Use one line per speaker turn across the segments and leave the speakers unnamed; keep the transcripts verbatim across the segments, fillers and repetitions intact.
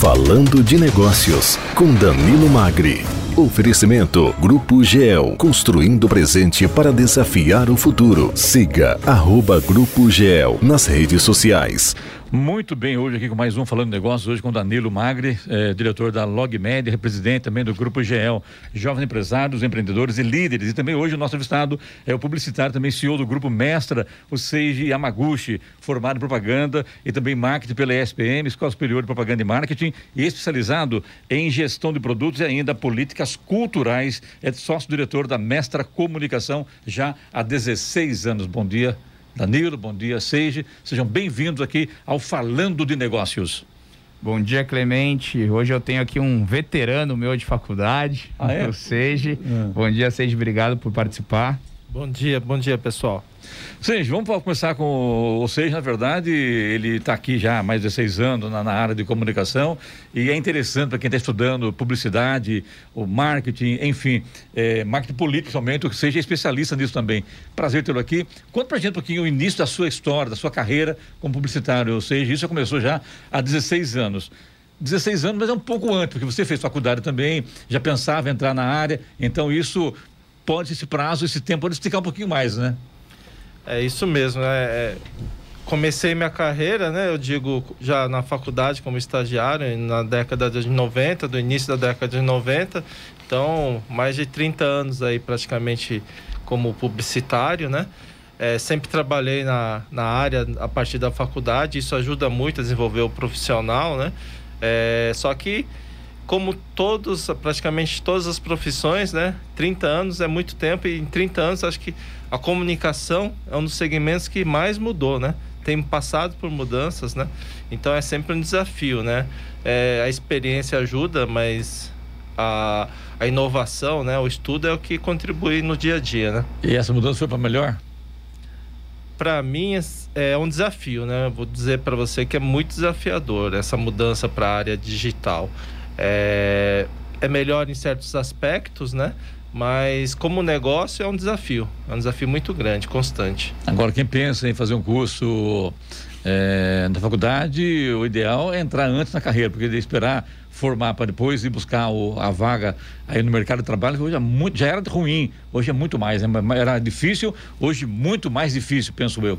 Falando de Negócios, com Danilo Magri. Oferecimento Grupo G E L, construindo o presente para desafiar o futuro. Siga arroba Grupo G E L nas redes sociais.
Muito bem, hoje aqui com mais um Falando de Negócios, hoje com Danilo Magri, é, diretor da LogMed, presidente também do Grupo G E L, jovens empresários, empreendedores e líderes. E também hoje o nosso entrevistado é o publicitário, também C E O do Grupo Mestra, o Seiji Yamaguchi, formado em propaganda e também marketing pela E S P M, Escola Superior de Propaganda e Marketing, e especializado em gestão de produtos e ainda políticas culturais. É sócio-diretor da Mestra Comunicação já há dezesseis anos. Bom dia, Danilo, bom dia, Seiji. Sejam bem-vindos aqui ao Falando de Negócios.
Bom dia, Clemente. Hoje eu tenho aqui um veterano meu de faculdade, ah, é? o Seiji. É. Bom dia, Seiji. Obrigado por participar.
Bom dia, bom dia, pessoal.
Seiji, vamos começar com o Seiji. Na verdade, ele está aqui já há mais de seis anos na, na área de comunicação, e é interessante para quem está estudando publicidade, o marketing, enfim, é, marketing político somente, o Seiji é especialista nisso também. Prazer tê-lo aqui. Conta pra gente um pouquinho o início da sua história, da sua carreira como publicitário, Seiji. Isso já começou já há dezesseis anos. dezesseis anos, mas é um pouco antes, porque você fez faculdade também, já pensava em entrar na área, então isso pode, esse prazo, esse tempo, pode esticar um pouquinho mais, né?
É isso mesmo, né? É, comecei minha carreira, né? Eu digo, já na faculdade como estagiário, na década de noventa, do início da década de noventa. Então, mais de trinta anos aí praticamente como publicitário, né? É, sempre trabalhei na, na área a partir da faculdade, isso ajuda muito a desenvolver o profissional, né? É, só que, como todos, praticamente todas as profissões, né? trinta anos é muito tempo, e em trinta anos acho que a comunicação é um dos segmentos que mais mudou, né? Tem passado por mudanças, né? Então é sempre um desafio, né? É, a experiência ajuda, mas a, a inovação, né? O estudo é o que contribui no dia a dia, né?
E essa mudança foi para melhor?
Para mim é um desafio, né? Vou dizer para você que é muito desafiador essa mudança para a área digital. É, é melhor em certos aspectos, né? Mas como negócio é um desafio, é um desafio muito grande, constante.
Agora, quem pensa em fazer um curso é, na faculdade, o ideal é entrar antes na carreira, porque de esperar formar para depois ir buscar o, a vaga aí no mercado de trabalho, hoje é muito, já era ruim, hoje é muito mais, né? Era difícil, hoje muito mais difícil, penso eu.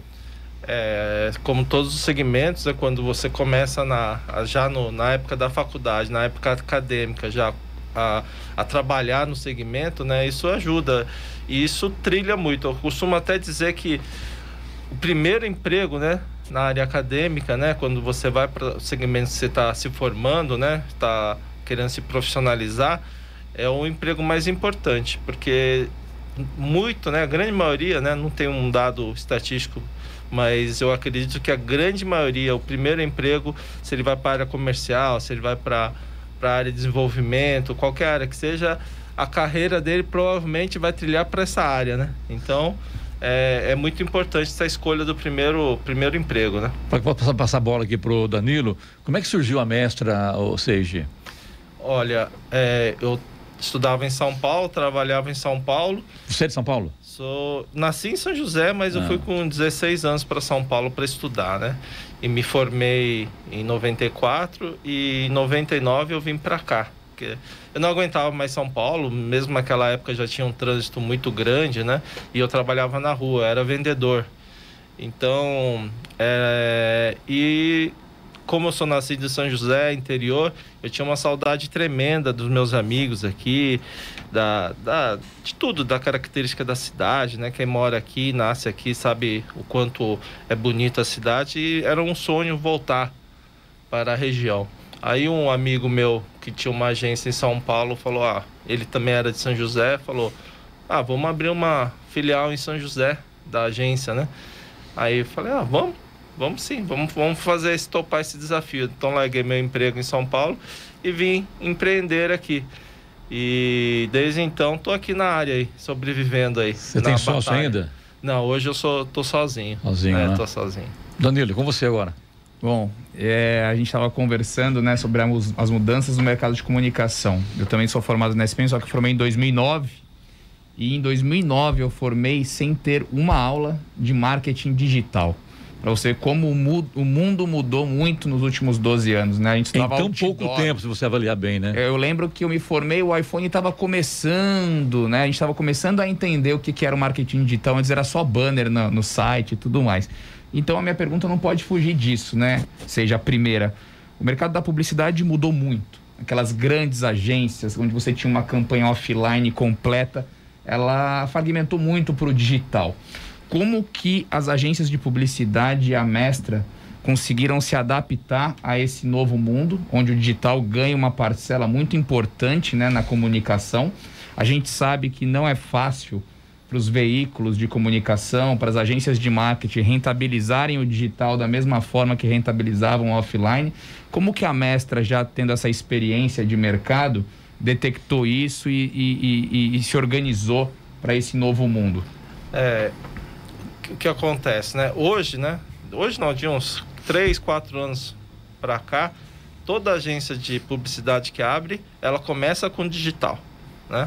É, como todos os segmentos, é quando você começa na, já no, na época da faculdade, na época acadêmica, já a, a trabalhar no segmento, né? Isso ajuda e isso trilha muito. Eu costumo até dizer que o primeiro emprego, né, na área acadêmica, né, quando você vai para o segmento que você está se formando, né, está querendo se profissionalizar, é o emprego mais importante, porque muito, né, a grande maioria, né, não tem um dado estatístico, mas eu acredito que a grande maioria, o primeiro emprego, se ele vai para a área comercial, se ele vai para para a área de desenvolvimento, qualquer área que seja, a carreira dele provavelmente vai trilhar para essa área, né? Então, é, é muito importante essa escolha do primeiro, primeiro emprego, né?
Para passar, passar a bola aqui pro Danilo, como é que surgiu a Mestra, ou Seiji?
Olha, é, eu estudava em São Paulo, trabalhava em São Paulo.
Você é de São Paulo?
Sou, nasci em São José, mas ah. eu fui com dezesseis anos para São Paulo para estudar, né? E me formei em noventa e quatro e em noventa e nove eu vim para cá. Porque eu não aguentava mais São Paulo, mesmo naquela época já tinha um trânsito muito grande, né? E eu trabalhava na rua, era vendedor. Então, é, e como eu sou nascido em São José, interior, eu tinha uma saudade tremenda dos meus amigos aqui, da, da, de tudo, da característica da cidade, né? Quem mora aqui, nasce aqui, sabe o quanto é bonita a cidade, e era um sonho voltar para a região. Aí um amigo meu que tinha uma agência em São Paulo falou, ah, ele também era de São José, falou, ah, vamos abrir uma filial em São José da agência, né? Aí eu falei, ah, vamos. Vamos sim, vamos, vamos fazer esse, topar esse desafio. Então larguei meu emprego em São Paulo e vim empreender aqui. E desde então tô aqui na área aí, sobrevivendo aí.
Você tem sócio ainda?
Não, hoje eu sou, tô sozinho.
Sozinho,
é,
né?
Tô sozinho.
Danilo, com você agora.
Bom, é, a gente estava conversando, né, sobre as, as mudanças no mercado de comunicação. Eu também sou formado na S P M, só que formei em dois mil e nove. E em dois mil e nove eu formei sem ter uma aula de marketing digital. Para você ver como o, mu- o mundo mudou muito nos últimos doze anos, né? A gente
em tão outdoor. pouco tempo, se você avaliar bem, né?
Eu lembro que eu me formei, o iPhone estava começando, né? A gente estava começando a entender o que, que era o marketing digital. Antes era só banner no, no site e tudo mais. Então a minha pergunta não pode fugir disso, né? Seja a primeira, o mercado da publicidade mudou muito. Aquelas grandes agências, onde você tinha uma campanha offline completa, ela fragmentou muito para o digital. Como que as agências de publicidade e a Mestra conseguiram se adaptar a esse novo mundo, onde o digital ganha uma parcela muito importante, né, na comunicação? A gente sabe que não é fácil para os veículos de comunicação, para as agências de marketing rentabilizarem o digital da mesma forma que rentabilizavam o offline. Como que a Mestra, já tendo essa experiência de mercado, detectou isso e, e, e, e se organizou para esse novo mundo?
É, o que acontece, né? Hoje, né? Hoje não, de uns três, quatro anos para cá, toda agência de publicidade que abre, ela começa com digital, né?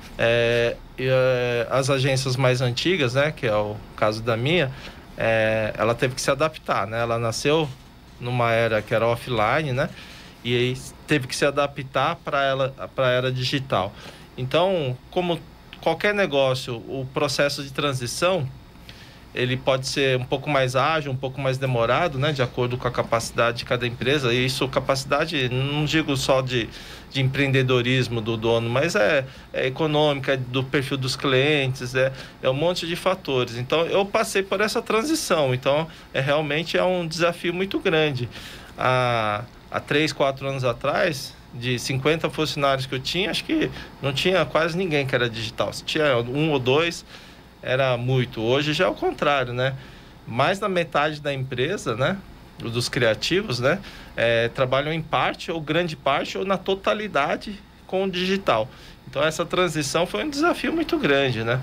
É, e, é, as agências mais antigas, né? Que é o caso da minha, é, ela teve que se adaptar, né? Ela nasceu numa era que era offline, né? E aí teve que se adaptar para ela, para a era digital. Então, como qualquer negócio, o processo de transição, ele pode ser um pouco mais ágil, um pouco mais demorado, né, de acordo com a capacidade de cada empresa. E isso, capacidade, não digo só de, de empreendedorismo do dono, mas é, é econômica, é do perfil dos clientes, é, é um monte de fatores. Então, eu passei por essa transição. Então, é, realmente é um desafio muito grande. Há, há três, quatro anos atrás, de cinquenta funcionários que eu tinha, acho que não tinha quase ninguém que era digital. Se tinha um ou dois, era muito. Hoje já é o contrário, né? Mais da metade da empresa, né? Dos criativos, né? É, trabalham em parte, ou grande parte, ou na totalidade com o digital. Então, essa transição foi um desafio muito grande, né?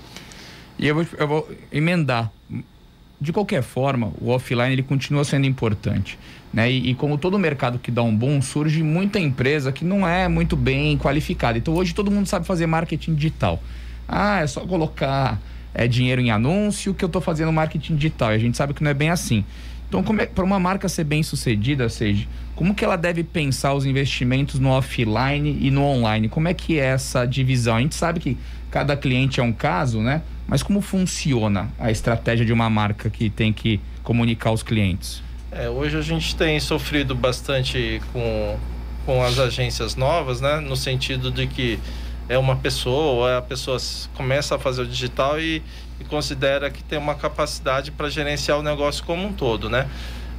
E eu vou, eu vou emendar. De qualquer forma, o offline ele continua sendo importante, né? E, e como todo mercado que dá um boom, surge muita empresa que não é muito bem qualificada. Então, hoje todo mundo sabe fazer marketing digital. Ah, é só colocar é, dinheiro em anúncio que eu estou fazendo marketing digital. E a gente sabe que não é bem assim. Então, como é, para uma marca ser bem sucedida, seja, como que ela deve pensar os investimentos no offline e no online? Como é que é essa divisão? A gente sabe que cada cliente é um caso, né? Mas como funciona a estratégia de uma marca que tem que comunicar aos clientes?
É, hoje a gente tem sofrido bastante com, com as agências novas, né? No sentido de que é uma pessoa, ou a pessoa começa a fazer o digital e, e considera que tem uma capacidade para gerenciar o negócio como um todo, né?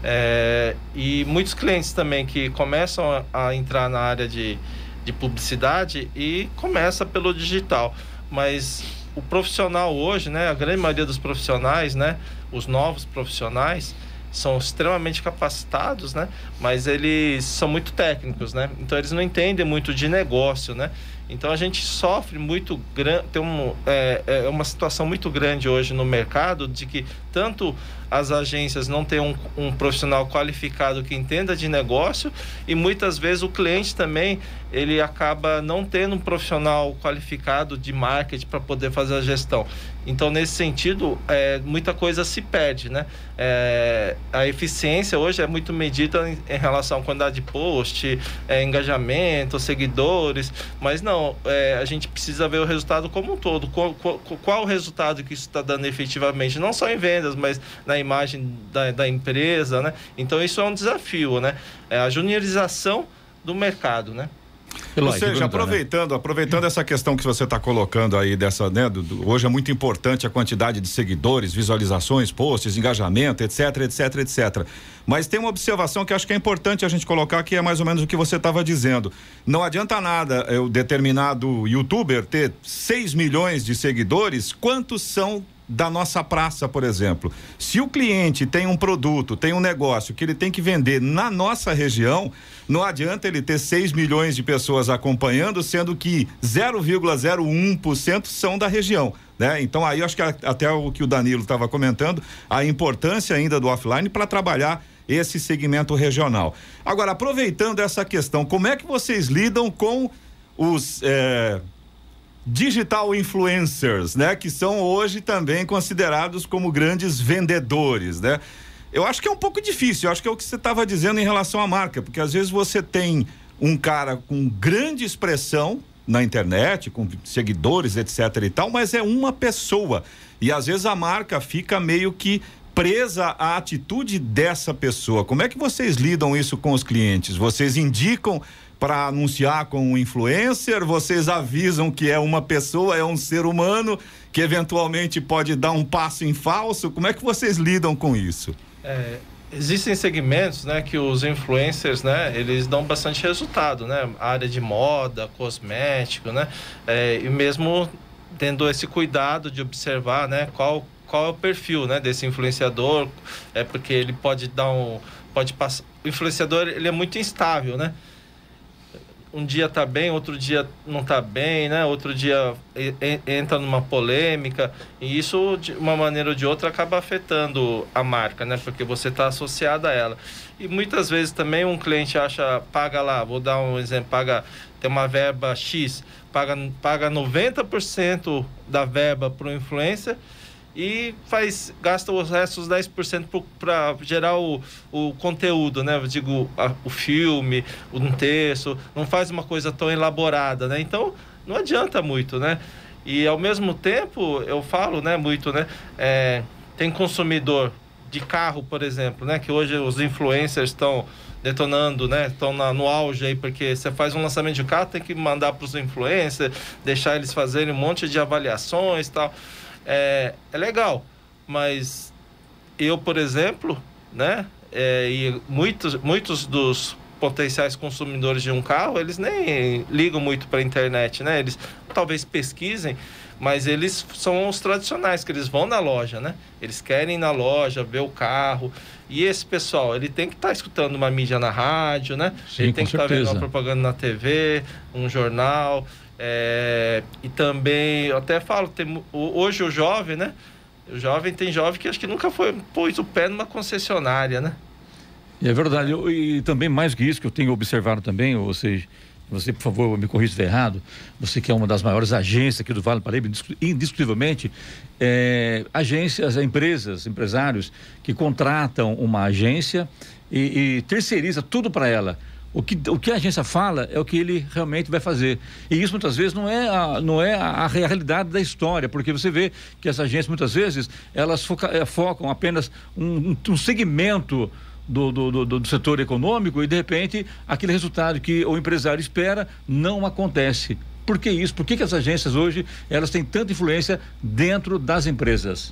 É, e muitos clientes também que começam a, a entrar na área de, de publicidade e começa pelo digital, mas o profissional hoje, né? A grande maioria dos profissionais, né? Os novos profissionais são extremamente capacitados, né? Mas eles são muito técnicos, né? Então eles não entendem muito de negócio, né? Então a gente sofre muito grande, tem um, é, é uma situação muito grande hoje no mercado de que tanto as agências não têm um, um profissional qualificado que entenda de negócio e muitas vezes o cliente também ele acaba não tendo um profissional qualificado de marketing para poder fazer a gestão. Então nesse sentido é, muita coisa se perde, né? É, a eficiência hoje é muito medida em, em relação à quantidade de post, é, engajamento, seguidores, mas não, é, a gente precisa ver o resultado como um todo. Qual, qual, qual o resultado que isso está dando efetivamente, não só em vendas, mas na imagem da, da empresa, né? Então isso é um desafio, né? É a juniorização do mercado, né?
Ou seja, aproveitando, aproveitando essa questão que você está colocando aí dessa, né, do, do, hoje é muito importante a quantidade de seguidores, visualizações, posts, engajamento, etc, etc, etc. Mas tem uma observação que acho que é importante a gente colocar, que é mais ou menos o que você estava dizendo. Não adianta nada o determinado youtuber ter seis milhões de seguidores, quantos são da nossa praça, por exemplo. Se o cliente tem um produto, tem um negócio que ele tem que vender na nossa região, não adianta ele ter seis milhões de pessoas acompanhando, sendo que zero vírgula zero um por cento são da região, né? Então aí eu acho que até o que o Danilo estava comentando, a importância ainda do offline para trabalhar esse segmento regional. Agora, aproveitando essa questão, como é que vocês lidam com os é, digital influencers, né? Que são hoje também considerados como grandes vendedores, né? eu acho que é um pouco difícil, eu acho que é o que você estava dizendo em relação à marca, porque às vezes você tem um cara com grande expressão na internet, com seguidores, etc e tal, mas é uma pessoa, e às vezes a marca fica meio que presa à atitude dessa pessoa. Como é que vocês lidam isso com os clientes? Vocês indicam para anunciar com um influencer? Vocês avisam que é uma pessoa, é um ser humano que eventualmente pode dar um passo em falso? Como é que vocês lidam com isso?
É, existem segmentos, né, que os influencers, né, eles dão bastante resultado, né, a área de moda, cosmético, né, é, e mesmo tendo esse cuidado de observar, né, qual qual é o perfil, né, desse influenciador, é porque ele pode dar um, pode passar, o influenciador, ele é muito instável, né, um dia tá bem, outro dia não tá bem, né, outro dia e, e, entra numa polêmica, e isso de uma maneira ou de outra acaba afetando a marca, né, porque você tá associado a ela, e muitas vezes também um cliente acha, paga lá, vou dar um exemplo, paga, tem uma verba X, paga, paga noventa por cento da verba pro influencer, e faz, gasta os restos dez por cento para gerar o, o conteúdo, né? Eu digo, a, o filme, um texto, não faz uma coisa tão elaborada, né? Então, não adianta muito, né? E, ao mesmo tempo, eu falo, né, muito, né? É, tem consumidor de carro, por exemplo, né? Que hoje os influencers estão detonando, né? Estão no auge aí, porque você faz um lançamento de carro, tem que mandar para os influencers, deixar eles fazerem um monte de avaliações e tal. É, é legal, mas eu, por exemplo, né, é, e muitos, muitos dos potenciais consumidores de um carro, eles nem ligam muito para a internet, né? Eles talvez pesquisem, mas eles são os tradicionais, que eles vão na loja, né? Eles querem ir na loja, ver o carro, e esse pessoal, ele tem que estar tá escutando uma mídia na rádio, né?
Sim,
ele tem que estar tá vendo uma propaganda na T V, um jornal... É, e também, eu até falo, tem, hoje o jovem, né? O jovem, tem jovem que acho que nunca foi, pôs o pé numa concessionária, né?
É verdade, eu, e também mais que isso que eu tenho observado também, ou seja, você, por favor, me corrija se estiver errado, você que é uma das maiores agências aqui do Vale do Paraíba, indiscutivelmente, é, agências, empresas, empresários que contratam uma agência e, e terceiriza tudo para ela. O que, o que a agência fala é o que ele realmente vai fazer. E isso muitas vezes não é a, não é a, a realidade da história, porque você vê que as agências muitas vezes elas foca, é, focam apenas um, um segmento do, do, do, do setor econômico e de repente aquele resultado que o empresário espera não acontece. Por que isso? Por que, que as agências hoje elas têm tanta influência dentro das empresas?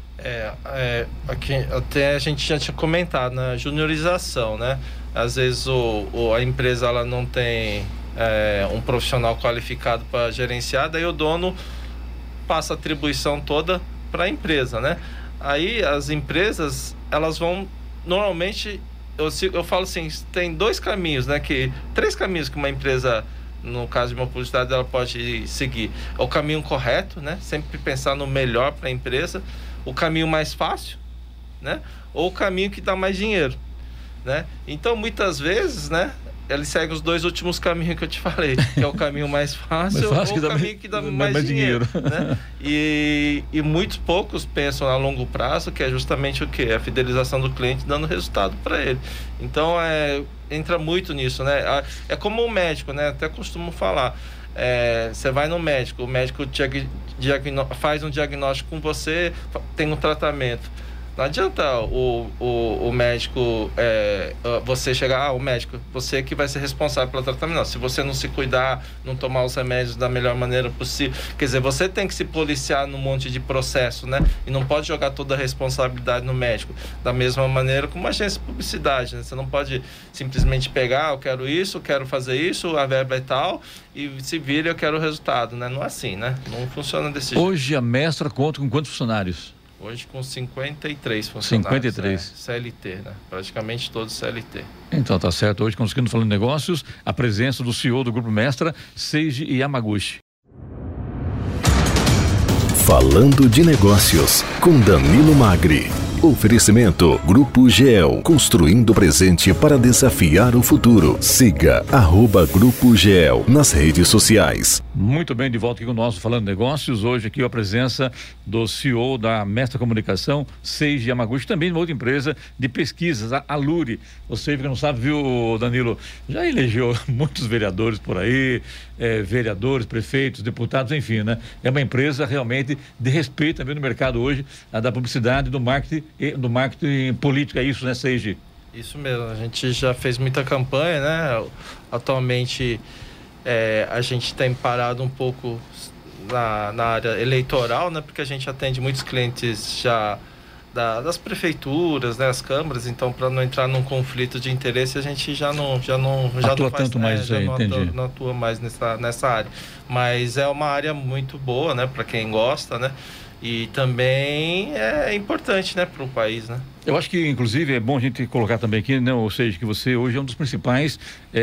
É, é, aqui, até a gente já tinha comentado na juniorização, né? Às vezes o, o, a empresa ela não tem é, um profissional qualificado para gerenciar, daí o dono passa a atribuição toda para a empresa, né? Aí as empresas, elas vão, normalmente, eu, eu falo assim, tem dois caminhos, né? Que, três caminhos que uma empresa, no caso de uma publicidade, ela pode seguir. É o caminho correto, né? Sempre pensar no melhor para a empresa. O caminho mais fácil, né? Ou o caminho que dá mais dinheiro, né? Então, muitas vezes, né? Eles seguem os dois últimos caminhos que eu te falei, que é o caminho mais fácil, mais fácil ou o caminho mais, que dá mais, mais dinheiro, dinheiro. Né? E, e muitos poucos pensam a longo prazo, que é justamente o quê? A fidelização do cliente dando resultado para ele. Então, é, entra muito nisso, né? É como um médico, né? Até costumo falar. É, você vai no médico, o médico diag, diagno, faz um diagnóstico com você, tem um tratamento. Não adianta o, o, o médico, é, você chegar, ah, o médico, você que vai ser responsável pelo tratamento. Não, se você não se cuidar, não tomar os remédios da melhor maneira possível, quer dizer, você tem que se policiar num monte de processo, né? E não pode jogar toda a responsabilidade no médico. Da mesma maneira como uma agência de publicidade, né? Você não pode simplesmente pegar, eu quero isso, eu quero fazer isso, a verba é tal, e se vira, eu quero o resultado, né? Não é assim, né? Não funciona desse jeito.
Hoje a Mestra conta com quantos funcionários?
Hoje com cinquenta e três funcionários.
cinquenta e três.
É, C L T, né? Praticamente todos C L T.
Então, tá certo. Hoje, conseguindo falar de negócios, a presença do C E O do Grupo Mestra, Seiji Yamaguchi.
Falando de negócios, com Danilo Magri. Oferecimento Grupo G E L, construindo o presente para desafiar o futuro. Siga arroba Grupo G E L nas redes sociais.
Muito bem, de volta aqui com o nosso Falando Negócios. Hoje aqui a presença do C E O da Mestra Comunicação, Seiji Yamaguchi, também de uma outra empresa de pesquisas, a Aluri. Você que não sabe, viu, Danilo, já elegeu muitos vereadores por aí, é, vereadores, prefeitos, deputados, enfim, né? É uma empresa realmente de respeito também no mercado hoje, a da publicidade, do marketing, do marketing político, é isso, né, Seiji?
Isso mesmo, a gente já fez muita campanha, né? Atualmente é, a gente tem parado um pouco na, na área eleitoral, né? Porque a gente atende muitos clientes já da, das prefeituras, né? As câmaras, então para não entrar num conflito de interesse a gente já não já não já
atua
não faz,
tanto mais
é,
isso aí,
não
entendi.
Atua, não atua mais nessa nessa área, mas é uma área muito boa, né? Para quem gosta, né? E também é importante, né, para o país, né?
Eu acho que, inclusive, é bom a gente colocar também aqui, né, ou seja, que você hoje é um dos principais,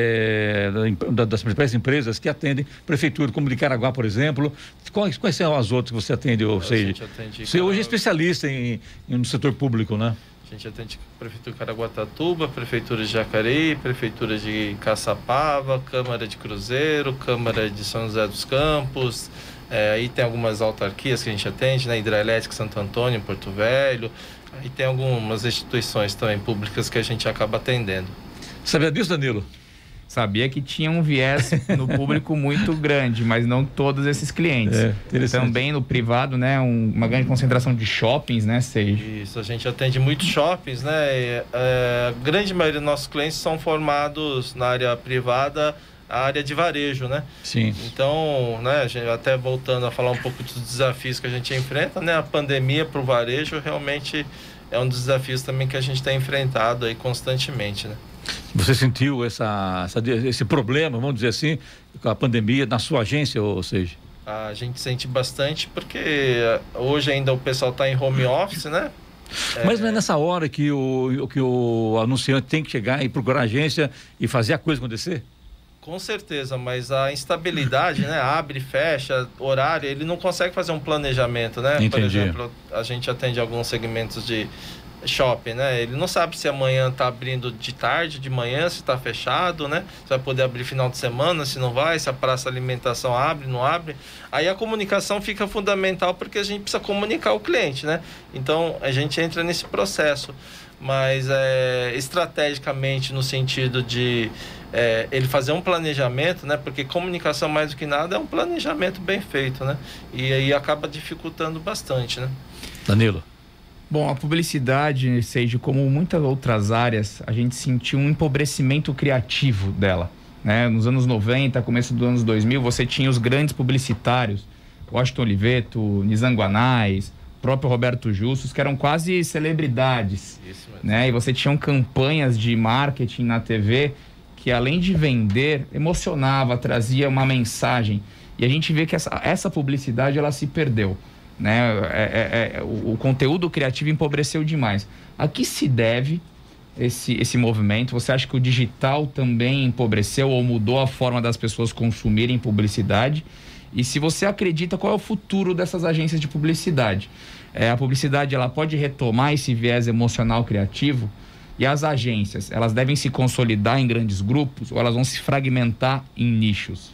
é, da, das principais empresas que atendem prefeitura, como de Caraguá, por exemplo. Quais, quais são as outras que você atende, ou seja, você hoje é especialista em, em, no setor público, né?
A gente atende Prefeitura de Caraguatatuba, Prefeitura de Jacareí, Prefeitura de Caçapava, Câmara de Cruzeiro, Câmara de São José dos Campos. É, aí tem algumas autarquias que a gente atende, né? Hidrelétrica Santo Antônio, Porto Velho. Aí tem algumas instituições também públicas que a gente acaba atendendo.
Sabia disso, Danilo?
Sabia que tinha um viés no público muito grande, mas não todos esses clientes.
É,
também no privado, né? Um, uma grande concentração de shoppings, né, Seiji?
Isso, a gente atende muitos shoppings, né? E, é, a grande maioria dos nossos clientes são formados na área privada, a área de varejo, né?
Sim.
Então, né, a gente, até voltando a falar um pouco dos desafios que a gente enfrenta, né? A pandemia para o varejo realmente é um dos desafios também que a gente tem enfrentado aí constantemente, né?
Você sentiu essa, essa, esse problema, vamos dizer assim, com a pandemia na sua agência, ou seja?
A gente sente bastante porque hoje ainda o pessoal está em home office, né?
Mas não é nessa hora que o, que o anunciante tem que chegar e procurar a agência e fazer a coisa acontecer?
Com certeza, mas a instabilidade, né? Abre, fecha, horário, ele não consegue fazer um planejamento, né?
Entendi.
Por exemplo, a gente atende alguns segmentos de shopping, né? Ele não sabe se amanhã tá abrindo de tarde, de manhã, se tá fechado, né? Se vai poder abrir final de semana, se não vai, se a praça de alimentação abre, não abre. Aí a comunicação fica fundamental porque a gente precisa comunicar o cliente, né? Então a gente entra nesse processo, mas é, estrategicamente no sentido de é, ele fazer um planejamento, né? Porque comunicação mais do que nada é um planejamento bem feito, né? E aí acaba dificultando bastante, né?
Danilo.
Bom, a publicidade, Seiji, como muitas outras áreas, a gente sentiu um empobrecimento criativo dela, né? Nos anos noventa, começo dos anos dois mil, você tinha os grandes publicitários, Washington Oliveto, Nizam Guanais, próprio Roberto Justus, que eram quase celebridades. Isso mesmo. Né? E você tinha campanhas de marketing na T V que, além de vender, emocionava, trazia uma mensagem. E a gente vê que essa, essa publicidade, ela se perdeu. Né? É, é, é, o, o conteúdo criativo empobreceu demais. A que se deve esse, esse movimento? Você acha que o digital também empobreceu ou mudou a forma das pessoas consumirem publicidade? E se você acredita, qual é o futuro dessas agências de publicidade? É, a publicidade, ela pode retomar esse viés emocional criativo? E as agências, elas devem se consolidar em grandes grupos ou elas vão se fragmentar em nichos?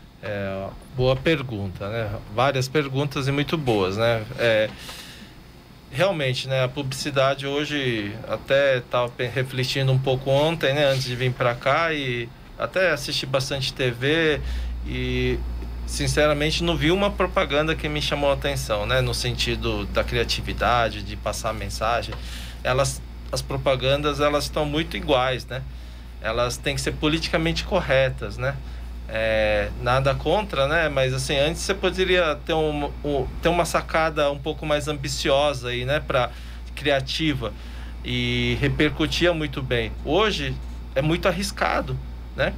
É, boa pergunta, né? Várias perguntas e muito boas, né? É, realmente, né? A publicidade hoje, até estava refletindo um pouco ontem, né? Antes de vir para cá, e até assisti bastante T V e, sinceramente, não vi uma propaganda que me chamou a atenção, né? No sentido da criatividade, de passar a mensagem. Elas, as propagandas, elas estão muito iguais, né? Elas têm que ser politicamente corretas, né? É, nada contra, né? Mas assim, antes você poderia ter, um, um, ter uma sacada um pouco mais ambiciosa aí, né? Pra, criativa, e repercutia muito bem. Hoje é muito arriscado, né?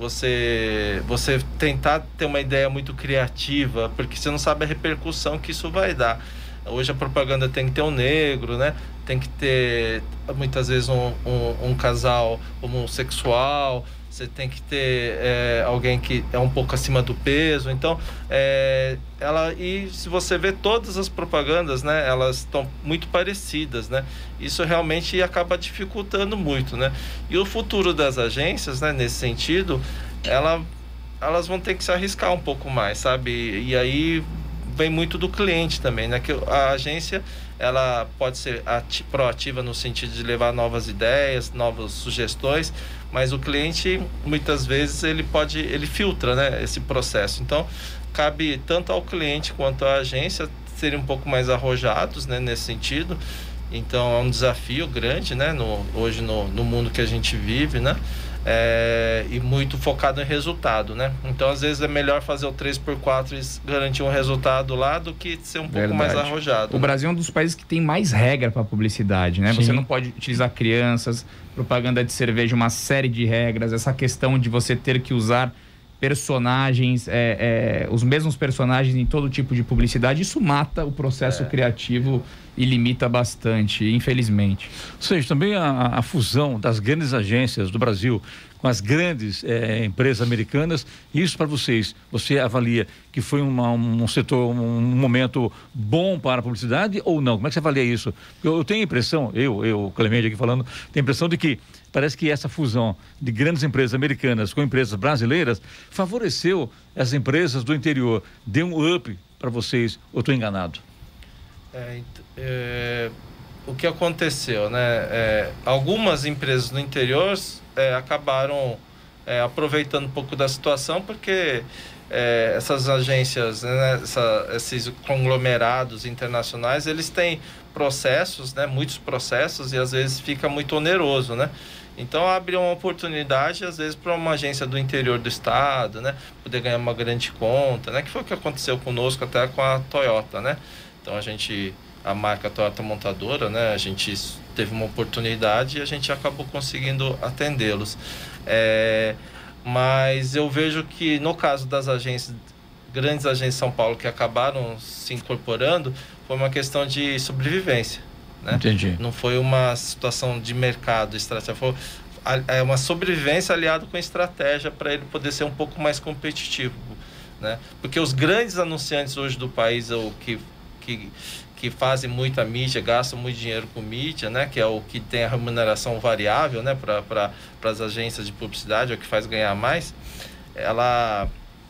Você, você tentar ter uma ideia muito criativa, porque você não sabe a repercussão que isso vai dar. Hoje a propaganda tem que ter um negro, né? Tem que ter muitas vezes um, um, um casal homossexual, você tem que ter é, alguém que é um pouco acima do peso. Então, é, ela, e se você vê todas as propagandas, né, elas estão muito parecidas, né? Isso realmente acaba dificultando muito, né? E o futuro das agências, né, nesse sentido, ela, elas vão ter que se arriscar um pouco mais, sabe? E, e aí vem muito do cliente também, né? Que a agência, ela pode ser ati- proativa no sentido de levar novas ideias, novas sugestões, mas o cliente, muitas vezes, ele pode, ele filtra, né, esse processo. Então, cabe tanto ao cliente quanto à agência serem um pouco mais arrojados, né, nesse sentido. Então, é um desafio grande, né, no, hoje no, no mundo que a gente vive, né, é, e muito focado em resultado, né. Então, às vezes, é melhor fazer o três por quatro e garantir um resultado lá do que ser um pouco
Verdade.
mais arrojado.
O
né?
Brasil é um dos países que tem mais regra para publicidade, né?
Sim.
Você não pode utilizar crianças, propaganda de cerveja, uma série de regras, essa questão de você ter que usar personagens, é, é, os mesmos personagens em todo tipo de publicidade, isso mata o processo é. criativo e limita bastante, infelizmente.
Ou seja, também a, a fusão das grandes agências do Brasil com as grandes é, empresas americanas, isso para vocês, você avalia que foi uma, um setor, um momento bom para a publicidade ou não? Como é que você avalia isso? Eu, eu tenho a impressão, eu, eu, Clemente aqui falando, tenho a impressão de que parece que essa fusão de grandes empresas americanas com empresas brasileiras favoreceu as empresas do interior, deu um up para vocês, ou estou enganado?
É, é, o que aconteceu, né? É, algumas empresas no interior é, acabaram é, aproveitando um pouco da situação, porque é, essas agências, né, essa, esses conglomerados internacionais, eles têm processos, né, muitos processos, e às vezes fica muito oneroso, né? Então abre uma oportunidade, às vezes, para uma agência do interior do estado, né, poder ganhar uma grande conta, né? Que foi o que aconteceu conosco até com a Toyota, né? Então a gente, a marca Toyota Montadora, né, a gente teve uma oportunidade e a gente acabou conseguindo atendê-los. É, mas eu vejo que no caso das agências, grandes agências de São Paulo que acabaram se incorporando, foi uma questão de sobrevivência, né?
Entendi.
Não foi uma situação de mercado, estratégia, foi é uma sobrevivência aliada com estratégia para ele poder ser um pouco mais competitivo, né? Porque os grandes anunciantes hoje do país, o que Que, que fazem muita mídia, gastam muito dinheiro com mídia, né? Que é o que tem a remuneração variável, né? Para para as agências de publicidade, é o que faz ganhar mais. Ela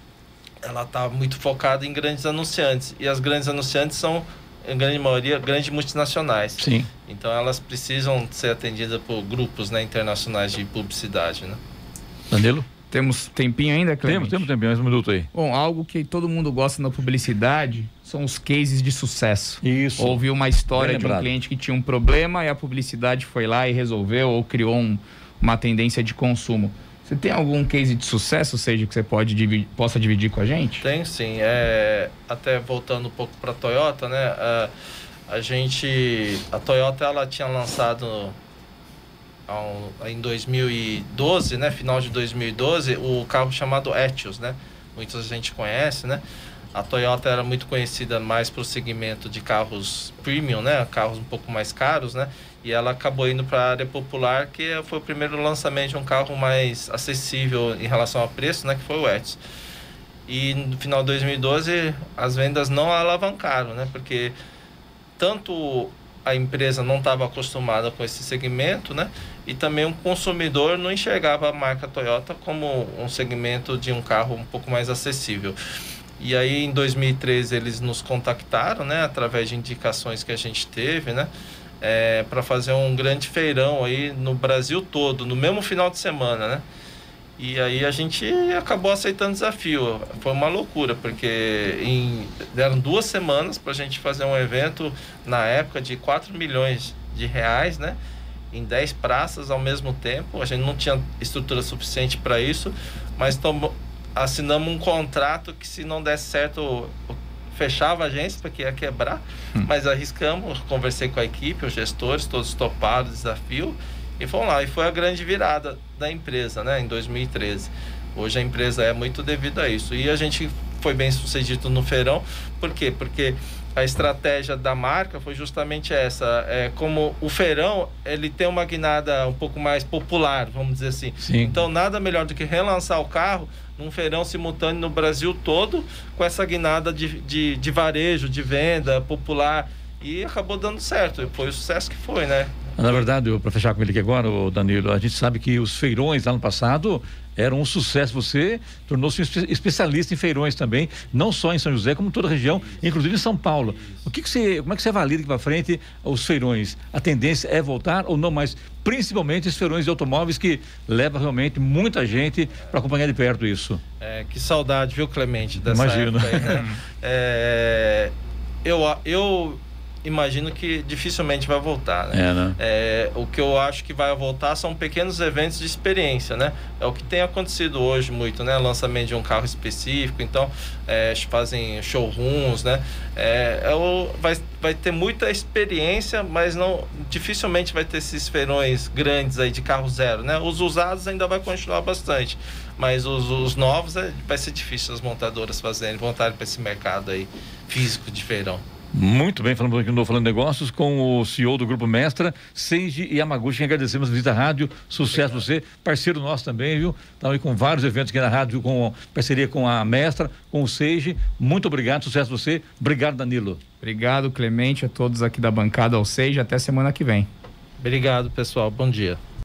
ela está muito focada em grandes anunciantes, e as grandes anunciantes são, em grande maioria, grandes multinacionais.
Sim.
Então elas precisam ser atendidas por grupos, né, internacionais de publicidade, né?
Danilo?
Temos tempinho ainda, Clemente?
Temos, temos tempinho, mais um minuto aí.
Bom, algo que todo mundo gosta na publicidade são os cases de sucesso.
Isso.
Houve uma história de um cliente que tinha um problema e a publicidade foi lá e resolveu, ou criou um, uma tendência de consumo. Você tem algum case de sucesso, ou seja, que você pode dividir, possa dividir com a gente?
Tem sim. É, até voltando um pouco para a Toyota, né? A, a gente... A Toyota, ela tinha lançado... em dois mil e doze, né, final de dois mil e doze, o carro chamado Etios, né? Muita gente conhece, né? A Toyota era muito conhecida mais para o segmento de carros premium, né? Carros um pouco mais caros, né? E ela acabou indo para a área popular, que foi o primeiro lançamento de um carro mais acessível em relação a preço, né? Que foi o Etios. E no final de dois mil e doze, as vendas não alavancaram, né? Porque tanto a empresa não estava acostumada com esse segmento, né? E também o consumidor não enxergava a marca Toyota como um segmento de um carro um pouco mais acessível. E aí, em dois mil e treze, eles nos contactaram, né? Através de indicações que a gente teve, né? É, para fazer um grande feirão aí no Brasil todo, no mesmo final de semana, né? E aí a gente acabou aceitando o desafio. Foi uma loucura, porque em, deram duas semanas para a gente fazer um evento, na época, de quatro milhões de reais, né? Em dez praças ao mesmo tempo. A gente não tinha estrutura suficiente para isso, mas tomo, assinamos um contrato que, se não desse certo, fechava a agência, porque ia quebrar. Hum. Mas arriscamos, conversei com a equipe, os gestores, todos toparam o desafio. E fomos lá, e foi a grande virada da empresa, né, em dois mil e treze. Hoje a empresa é muito devido a isso. E a gente foi bem sucedido no feirão. Por quê? Porque a estratégia da marca foi justamente essa, é, como o feirão, ele tem uma guinada um pouco mais popular, vamos dizer assim.
Sim.
Então nada melhor do que relançar o carro num feirão simultâneo no Brasil todo, com essa guinada de, de, de varejo, de venda popular, e acabou dando certo, foi o sucesso que foi, né?
Na verdade, para fechar com ele aqui agora, o Danilo, a gente sabe que os feirões lá no passado eram um sucesso. Você tornou-se um especialista em feirões também, não só em São José, como em toda a região, inclusive em São Paulo. O que, que você, como é que você avalia daqui para frente os feirões? A tendência é voltar ou não mais? Principalmente os feirões de automóveis, que levam realmente muita gente para acompanhar de perto isso.
É, que saudade, viu, Clemente, dessa
Imagino.
época aí, né? é, eu, eu imagino que dificilmente vai voltar, né?
É, né?
É, o que eu acho que vai voltar são pequenos eventos de experiência, né? É o que tem acontecido hoje muito, né? Lançamento de um carro específico, então é, fazem showrooms, né? É, é o, vai, vai ter muita experiência, mas não, dificilmente vai ter esses feirões grandes aí de carro zero, né? Os usados ainda vai continuar bastante, mas os, os novos é, vai ser difícil as montadoras fazerem, voltarem para esse mercado aí físico de feirão.
Muito bem, falando aqui no Falando Negócios com o C E O do Grupo Mestra, Seiji Yamaguchi. Agradecemos a visita à rádio, sucesso você, parceiro nosso também, viu? Estamos aí com vários eventos aqui na rádio, com parceria com a Mestra, com o Seiji. Muito obrigado, sucesso você. Obrigado, Danilo.
Obrigado, Clemente, a todos aqui da bancada, ao Seiji. Até semana que vem.
Obrigado, pessoal. Bom dia.